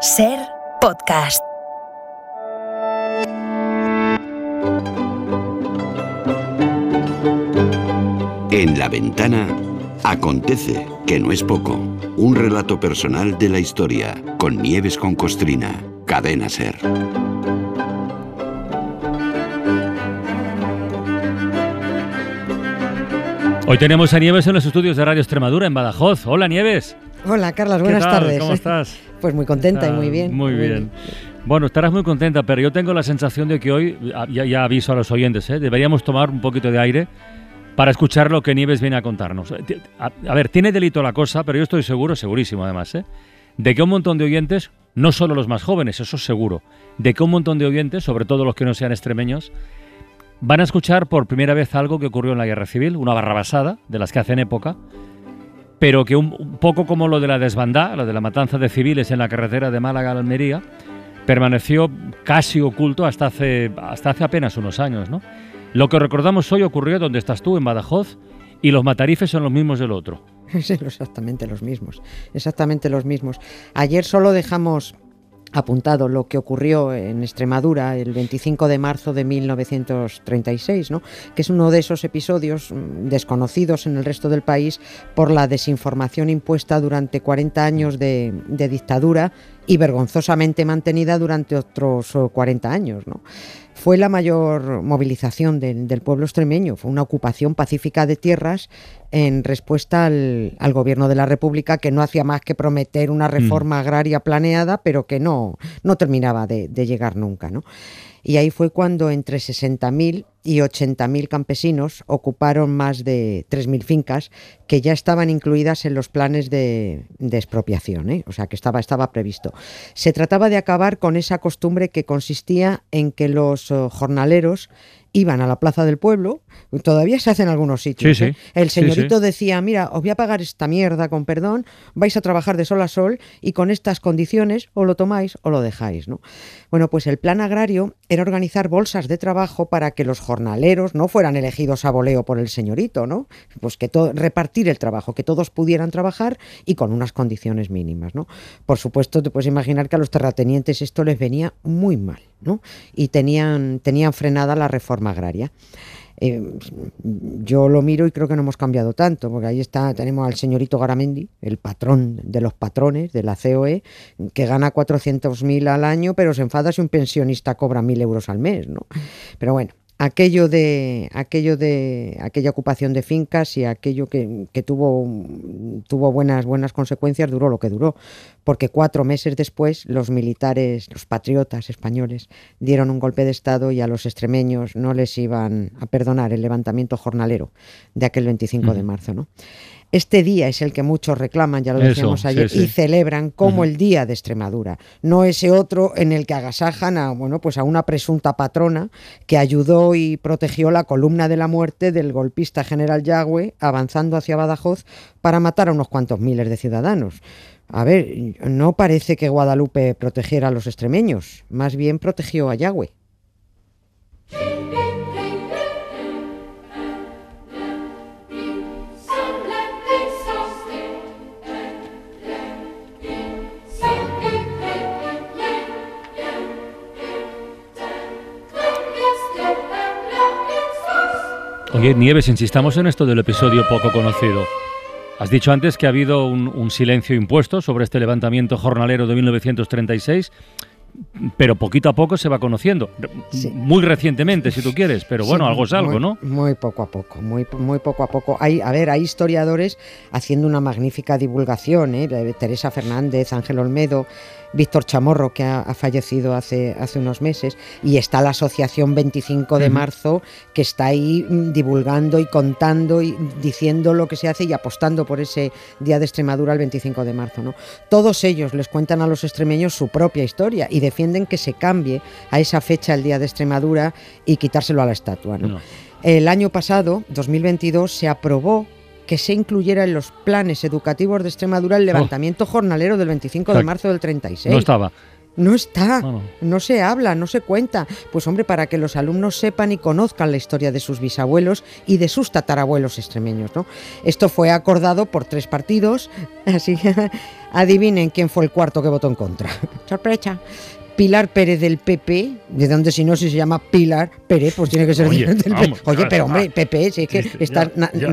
Ser Podcast. En La Ventana acontece, que no es poco, un relato personal de la historia, con Nieves con Costrina, Cadena Ser. Hoy tenemos a Nieves en los estudios de Radio Extremadura, en Badajoz. Hola, Nieves. Hola, Carlas, buenas tardes. ¿Cómo estás? Pues muy contenta y muy bien. Muy bien. Bueno, estarás muy contenta, pero yo tengo la sensación de que hoy, ya aviso a los oyentes, deberíamos tomar un poquito de aire para escuchar lo que Nieves viene a contarnos. A ver, tiene delito la cosa, pero yo estoy seguro, segurísimo además, de que un montón de oyentes, no solo los más jóvenes, eso es seguro, de que un montón de oyentes, sobre todo los que no sean extremeños, van a escuchar por primera vez algo que ocurrió en la Guerra Civil, una barrabasada, de las que hacen época, pero que un poco como lo de la desbandá, lo de la matanza de civiles en la carretera de Málaga a Almería, permaneció casi oculto hasta hace apenas unos años, ¿no? Lo que recordamos hoy ocurrió donde estás tú, en Badajoz, y los matarifes son los mismos del otro. Sí, exactamente los mismos. Ayer solo dejamos apuntado lo que ocurrió en Extremadura el 25 de marzo de 1936, ¿no? Que es uno de esos episodios desconocidos en el resto del país por la desinformación impuesta durante 40 años de dictadura y vergonzosamente mantenida durante otros 40 años, ¿no? Fue la mayor movilización del pueblo extremeño, fue una ocupación pacífica de tierras en respuesta al gobierno de la República, que no hacía más que prometer una reforma agraria planeada, pero que no terminaba de llegar nunca, ¿no? Y ahí fue cuando entre 60.000 y 80.000 campesinos ocuparon más de 3.000 fincas que ya estaban incluidas en los planes de expropiación, o sea que estaba previsto. Se trataba de acabar con esa costumbre que consistía en que los jornaleros iban a la plaza del pueblo, todavía se hace en algunos sitios. Sí. El señorito decía, mira, os voy a pagar esta mierda con perdón, vais a trabajar de sol a sol y con estas condiciones o lo tomáis o lo dejáis, ¿no? Bueno, pues el plan agrario era organizar bolsas de trabajo para que los jornaleros no fueran elegidos a voleo por el señorito, ¿no? Pues que repartir el trabajo, que todos pudieran trabajar y con unas condiciones mínimas, ¿no? Por supuesto, te puedes imaginar que a los terratenientes esto les venía muy mal, ¿no? Y tenían frenada la reforma agraria. Yo lo miro y creo que no hemos cambiado tanto, porque ahí tenemos al señorito Garamendi, el patrón de los patrones de la COE, que gana 400.000 al año, pero se enfada si un pensionista cobra 1.000 euros al mes, ¿no? Pero bueno, aquella ocupación de fincas y aquello que tuvo buenas consecuencias duró lo que duró, porque 4 meses después los militares, los patriotas españoles, dieron un golpe de estado y a los extremeños no les iban a perdonar el levantamiento jornalero de aquel 25 de marzo, ¿no? Este día es el que muchos reclaman, ya lo decíamos ayer, sí. Y celebran como el Día de Extremadura, no ese otro en el que agasajan a una presunta patrona que ayudó y protegió la columna de la muerte del golpista general Yagüe avanzando hacia Badajoz para matar a unos cuantos miles de ciudadanos. A ver, no parece que Guadalupe protegiera a los extremeños, más bien protegió a Yagüe. Oye, Nieves, insistamos en esto del episodio poco conocido. Has dicho antes que ha habido un silencio impuesto sobre este levantamiento jornalero de 1936, pero poquito a poco se va conociendo. Sí. Muy recientemente, si tú quieres, pero bueno, sí, algo es algo, ¿no? Muy poco a poco, muy poco a poco. Hay historiadores haciendo una magnífica divulgación, Teresa Fernández, Ángel Olmedo, Víctor Chamorro, que ha fallecido hace unos meses, y está la Asociación 25 de marzo, que está ahí divulgando y contando y diciendo lo que se hace y apostando por ese Día de Extremadura el 25 de marzo, ¿no? Todos ellos les cuentan a los extremeños su propia historia y defienden que se cambie a esa fecha el Día de Extremadura y quitárselo a la estatua, ¿no? El año pasado, 2022, se aprobó que se incluyera en los planes educativos de Extremadura el levantamiento jornalero del 25 de marzo del 36. No estaba. No está, Bueno. no se habla, no se cuenta. Pues hombre, para que los alumnos sepan y conozcan la historia de sus bisabuelos y de sus tatarabuelos extremeños, ¿no? Esto fue acordado por 3 partidos, así que adivinen quién fue el cuarto que votó en contra. Sorpresa. Pilar Pérez del PP, ¿de dónde si no si se llama Pilar Pérez? Pues tiene que ser Oye, del PP. vamos, Oye, ya pero está. hombre, PP, si es que Sí, está,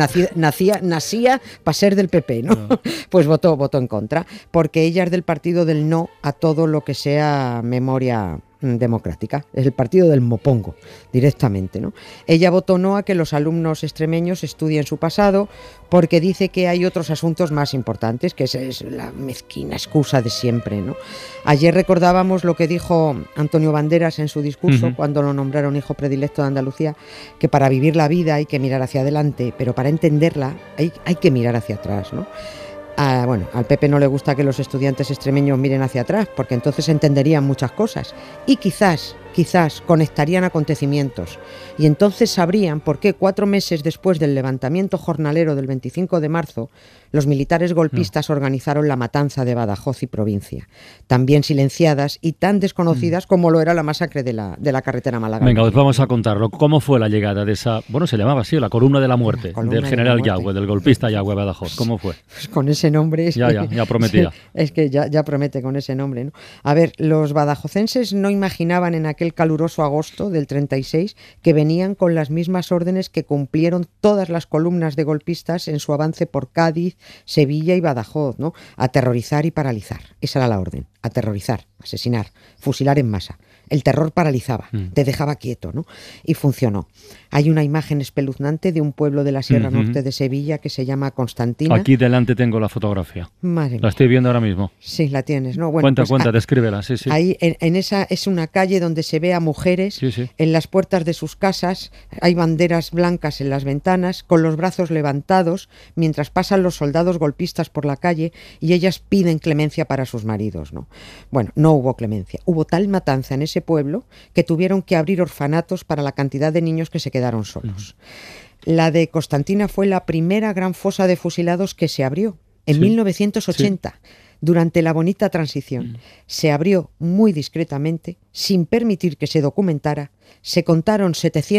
ya. nacía para ser del PP, ¿no? Pues votó en contra, porque ella es del partido del no a todo lo que sea memoria democrática, es el partido del mopongo, directamente, ¿no? Ella votó no a que los alumnos extremeños estudien su pasado, porque dice que hay otros asuntos más importantes, que esa es la mezquina excusa de siempre, ¿no? Ayer recordábamos lo que dijo Antonio Banderas en su discurso, cuando lo nombraron hijo predilecto de Andalucía, que para vivir la vida hay que mirar hacia adelante, pero para entenderla hay que mirar hacia atrás, ¿no? Bueno, al PP no le gusta que los estudiantes extremeños miren hacia atrás, porque entonces entenderían muchas cosas y quizás conectarían acontecimientos y entonces sabrían por qué 4 meses después del levantamiento jornalero del 25 de marzo los militares golpistas organizaron la matanza de Badajoz y provincia, también silenciadas y tan desconocidas como lo era la masacre de la carretera Málaga. Venga, pues vamos a contarlo. ¿Cómo fue la llegada de esa, bueno, se llamaba así, la columna de la muerte, Columna del de general la muerte. Yagüe, del golpista Yagüe Badajoz? ¿Cómo fue? Pues con ese nombre es Ya prometía. Es que ya promete con ese nombre, ¿no? A ver, los badajocenses no imaginaban en aquel caluroso agosto del 36 que venían con las mismas órdenes que cumplieron todas las columnas de golpistas en su avance por Cádiz, Sevilla y Badajoz, ¿no? Aterrorizar y paralizar. Esa era la orden. Aterrorizar, asesinar, fusilar en masa. El terror paralizaba, te dejaba quieto, ¿no? Y funcionó. Hay una imagen espeluznante de un pueblo de la Sierra Norte de Sevilla que se llama Constantina. Aquí delante tengo la fotografía. Madre La mía. estoy viendo ahora mismo. Sí, la tienes, ¿no? Bueno, Cuenta, descríbela, sí. Ahí en esa es una calle donde se ve a mujeres Sí. en las puertas de sus casas, hay banderas blancas en las ventanas, con los brazos levantados, mientras pasan los soldados golpistas por la calle y ellas piden clemencia para sus maridos, ¿no? Bueno, no hubo clemencia. Hubo tal matanza en ese pueblo que tuvieron que abrir orfanatos para la cantidad de niños que se quedaron solos. La de Constantina fue la primera gran fosa de fusilados que se abrió en 1980. Durante la bonita transición, se abrió muy discretamente, sin permitir que se documentara, se contaron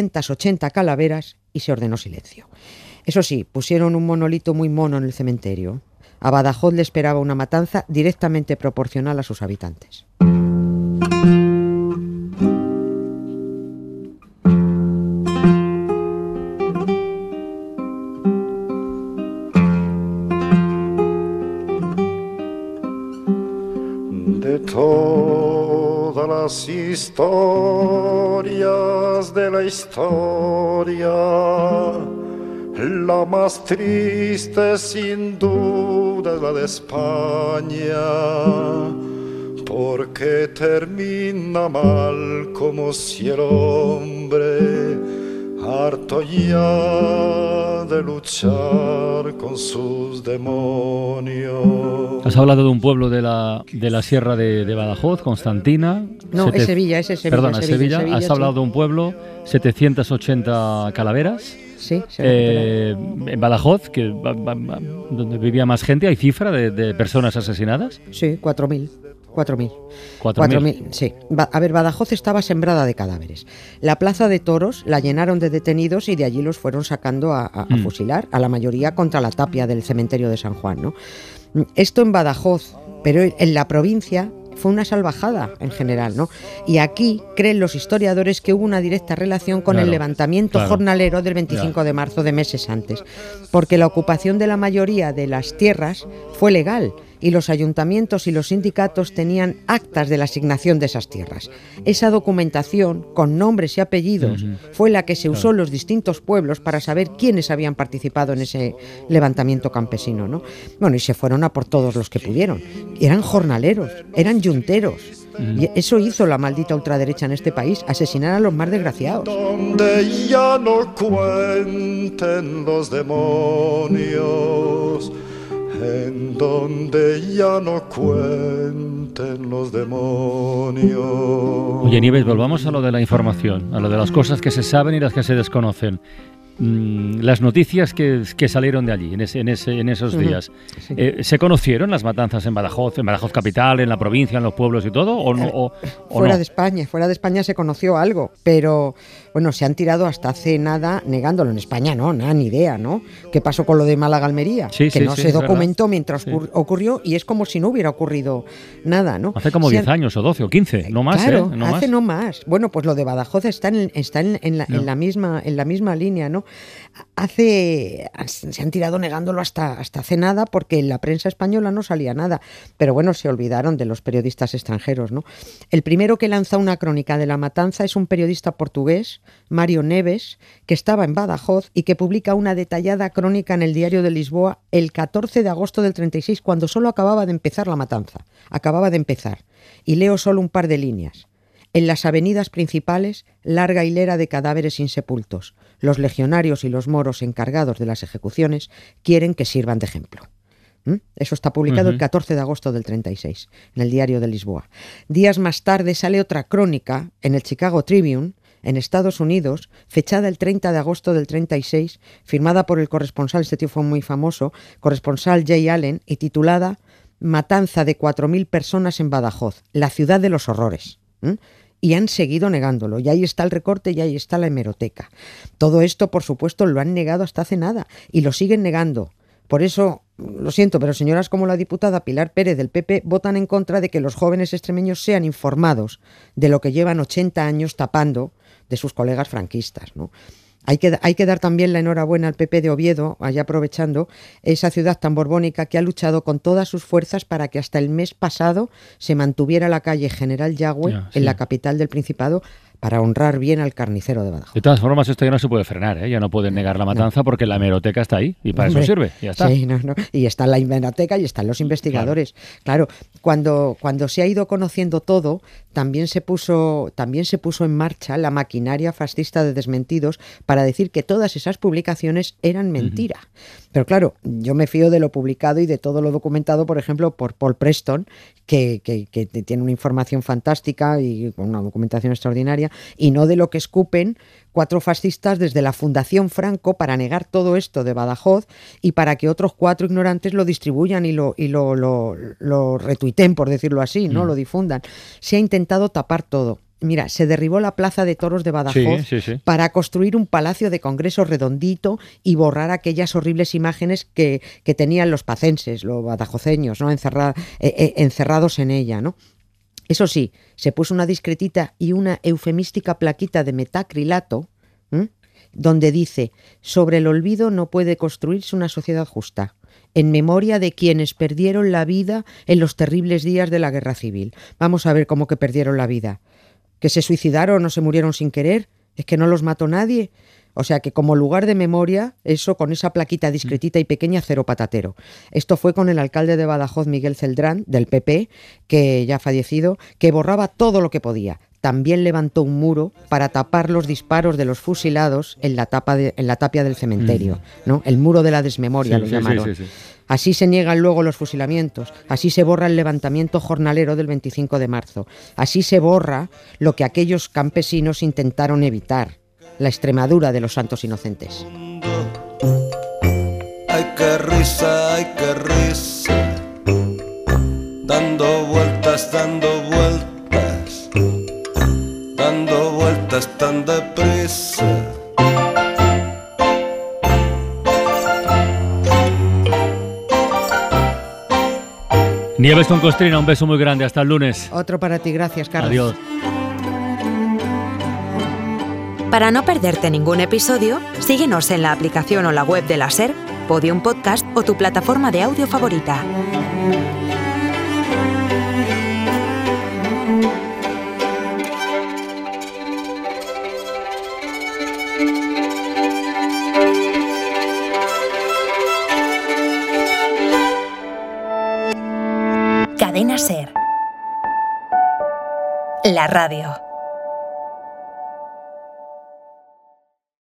780 calaveras y se ordenó silencio. Eso sí, pusieron un monolito muy mono en el cementerio. A Badajoz le esperaba una matanza directamente proporcional a sus habitantes. De todas las historias de la historia, la más triste sin duda es la de España, porque termina mal como si el hombre, harto ya de luchar con sus demonios. Has hablado de un pueblo de la Sierra de Badajoz, Constantina. No, es Sevilla, ese es Sevilla. Perdona, Sevilla. Has sí. hablado de un pueblo, 780 calaveras. Sí, se recupera. En Badajoz, donde vivía más gente, ¿hay cifra de personas asesinadas? Sí, 4.000. 4.000. 4.000. Sí. A ver, Badajoz estaba sembrada de cadáveres. La plaza de toros la llenaron de detenidos y de allí los fueron sacando a fusilar, a la mayoría contra la tapia del cementerio de San Juan, ¿no? Esto en Badajoz, pero en la provincia fue una salvajada en general, ¿no? Y aquí creen los historiadores que hubo una directa relación con el levantamiento jornalero del 25 de marzo de meses antes, porque la ocupación de la mayoría de las tierras fue legal y los ayuntamientos y los sindicatos tenían actas de la asignación de esas tierras. Esa documentación, con nombres y apellidos, fue la que se usó en los distintos pueblos para saber quiénes habían participado en ese levantamiento campesino, ¿no? Bueno, y se fueron a por todos los que pudieron. Eran jornaleros, eran yunteros. Y eso hizo la maldita ultraderecha en este país, asesinar a los más desgraciados. Donde ya no cuenten los demonios, en donde ya no cuenten los demonios. Oye, Nieves, volvamos a lo de la información, a lo de las cosas que se saben y las que se desconocen. las noticias que salieron de allí en esos días, Sí. ¿se conocieron las matanzas en Badajoz capital, en la provincia, en los pueblos y todo? ¿O no? O Fuera no? de España se conoció algo, pero bueno, se han tirado hasta hace nada negándolo. En España no, nada, ni idea, ¿no? ¿Qué pasó con lo de Málaga-Almería? Sí, que sí, no sí, se es documentó verdad. mientras Sí. ocurrió y es como si no hubiera ocurrido nada, ¿no? Hace como Se 10 han- años o 12 o 15, no más, Claro, ¿eh? No hace más. no más. Bueno, pues lo de Badajoz está en No. la misma línea, ¿no? Se han tirado negándolo hasta hace nada porque en la prensa española no salía nada. Pero bueno, se olvidaron de los periodistas extranjeros, ¿no? El primero que lanza una crónica de la matanza es un periodista portugués, Mário Neves, que estaba en Badajoz y que publica una detallada crónica en el Diario de Lisboa el 14 de agosto del 36, cuando solo acababa de empezar la matanza. Acababa de empezar. Y leo solo un par de líneas. En las avenidas principales, larga hilera de cadáveres insepultos. Los legionarios y los moros encargados de las ejecuciones quieren que sirvan de ejemplo. Eso está publicado el 14 de agosto del 36, en el Diario de Lisboa. Días más tarde sale otra crónica en el Chicago Tribune, en Estados Unidos, fechada el 30 de agosto del 36, firmada por el corresponsal, este tío fue muy famoso, corresponsal Jay Allen, y titulada Matanza de 4.000 personas en Badajoz, la ciudad de los horrores. Y han seguido negándolo. Y ahí está el recorte y ahí está la hemeroteca. Todo esto, por supuesto, lo han negado hasta hace nada y lo siguen negando. Por eso, lo siento, pero señoras como la diputada Pilar Pérez del PP votan en contra de que los jóvenes extremeños sean informados de lo que llevan 80 años tapando de sus colegas franquistas, ¿no? Hay que dar también la enhorabuena al PP de Oviedo, allá aprovechando esa ciudad tan borbónica que ha luchado con todas sus fuerzas para que hasta el mes pasado se mantuviera la calle General Yagüe, Ya, sí. en la capital del Principado, para honrar bien al carnicero de Badajoz. De todas formas, esto ya no se puede frenar, ¿eh? Ya no pueden negar la matanza porque la hemeroteca está ahí y para Hombre, eso sirve, ya está. Sí, no. Y está la hemeroteca y están los investigadores. Claro, cuando se ha ido conociendo todo, también se puso en marcha la maquinaria fascista de desmentidos para decir que todas esas publicaciones eran mentira. Pero claro, yo me fío de lo publicado y de todo lo documentado, por ejemplo, por Paul Preston, que tiene una información fantástica y una documentación extraordinaria, y no de lo que escupen 4 fascistas desde la Fundación Franco para negar todo esto de Badajoz y para que otros 4 ignorantes lo distribuyan y lo retuiten, por decirlo así, ¿no? Lo difundan. Se ha intentado tapar todo. Mira, se derribó la plaza de toros de Badajoz Sí. para construir un palacio de congreso redondito y borrar aquellas horribles imágenes que tenían los pacenses, los badajoceños, ¿no? Encerrados en ella, ¿no? Eso sí, se puso una discretita y una eufemística plaquita de metacrilato, donde dice: sobre el olvido no puede construirse una sociedad justa, en memoria de quienes perdieron la vida en los terribles días de la Guerra Civil. Vamos a ver cómo que perdieron la vida. ¿Que se suicidaron o se murieron sin querer? ¿Es que no los mató nadie? O sea que como lugar de memoria, eso con esa plaquita discretita y pequeña, cero patatero. Esto fue con el alcalde de Badajoz, Miguel Celdrán, del PP, que ya ha fallecido, que borraba todo lo que podía. También levantó un muro para tapar los disparos de los fusilados en la tapia del cementerio, ¿no? El muro de la desmemoria lo llamaron. Sí. Así se niegan luego los fusilamientos, así se borra el levantamiento jornalero del 25 de marzo, así se borra lo que aquellos campesinos intentaron evitar, la Extremadura de los santos inocentes. Ay, qué risa, dando vueltas tan deprisa. Nieves con Costrina, un beso muy grande, hasta el lunes. Otro para ti, gracias, Carlos. Adiós. Para no perderte ningún episodio, síguenos en la aplicación o la web de la SER, Podium Podcast o tu plataforma de audio favorita. Cadena SER. La radio.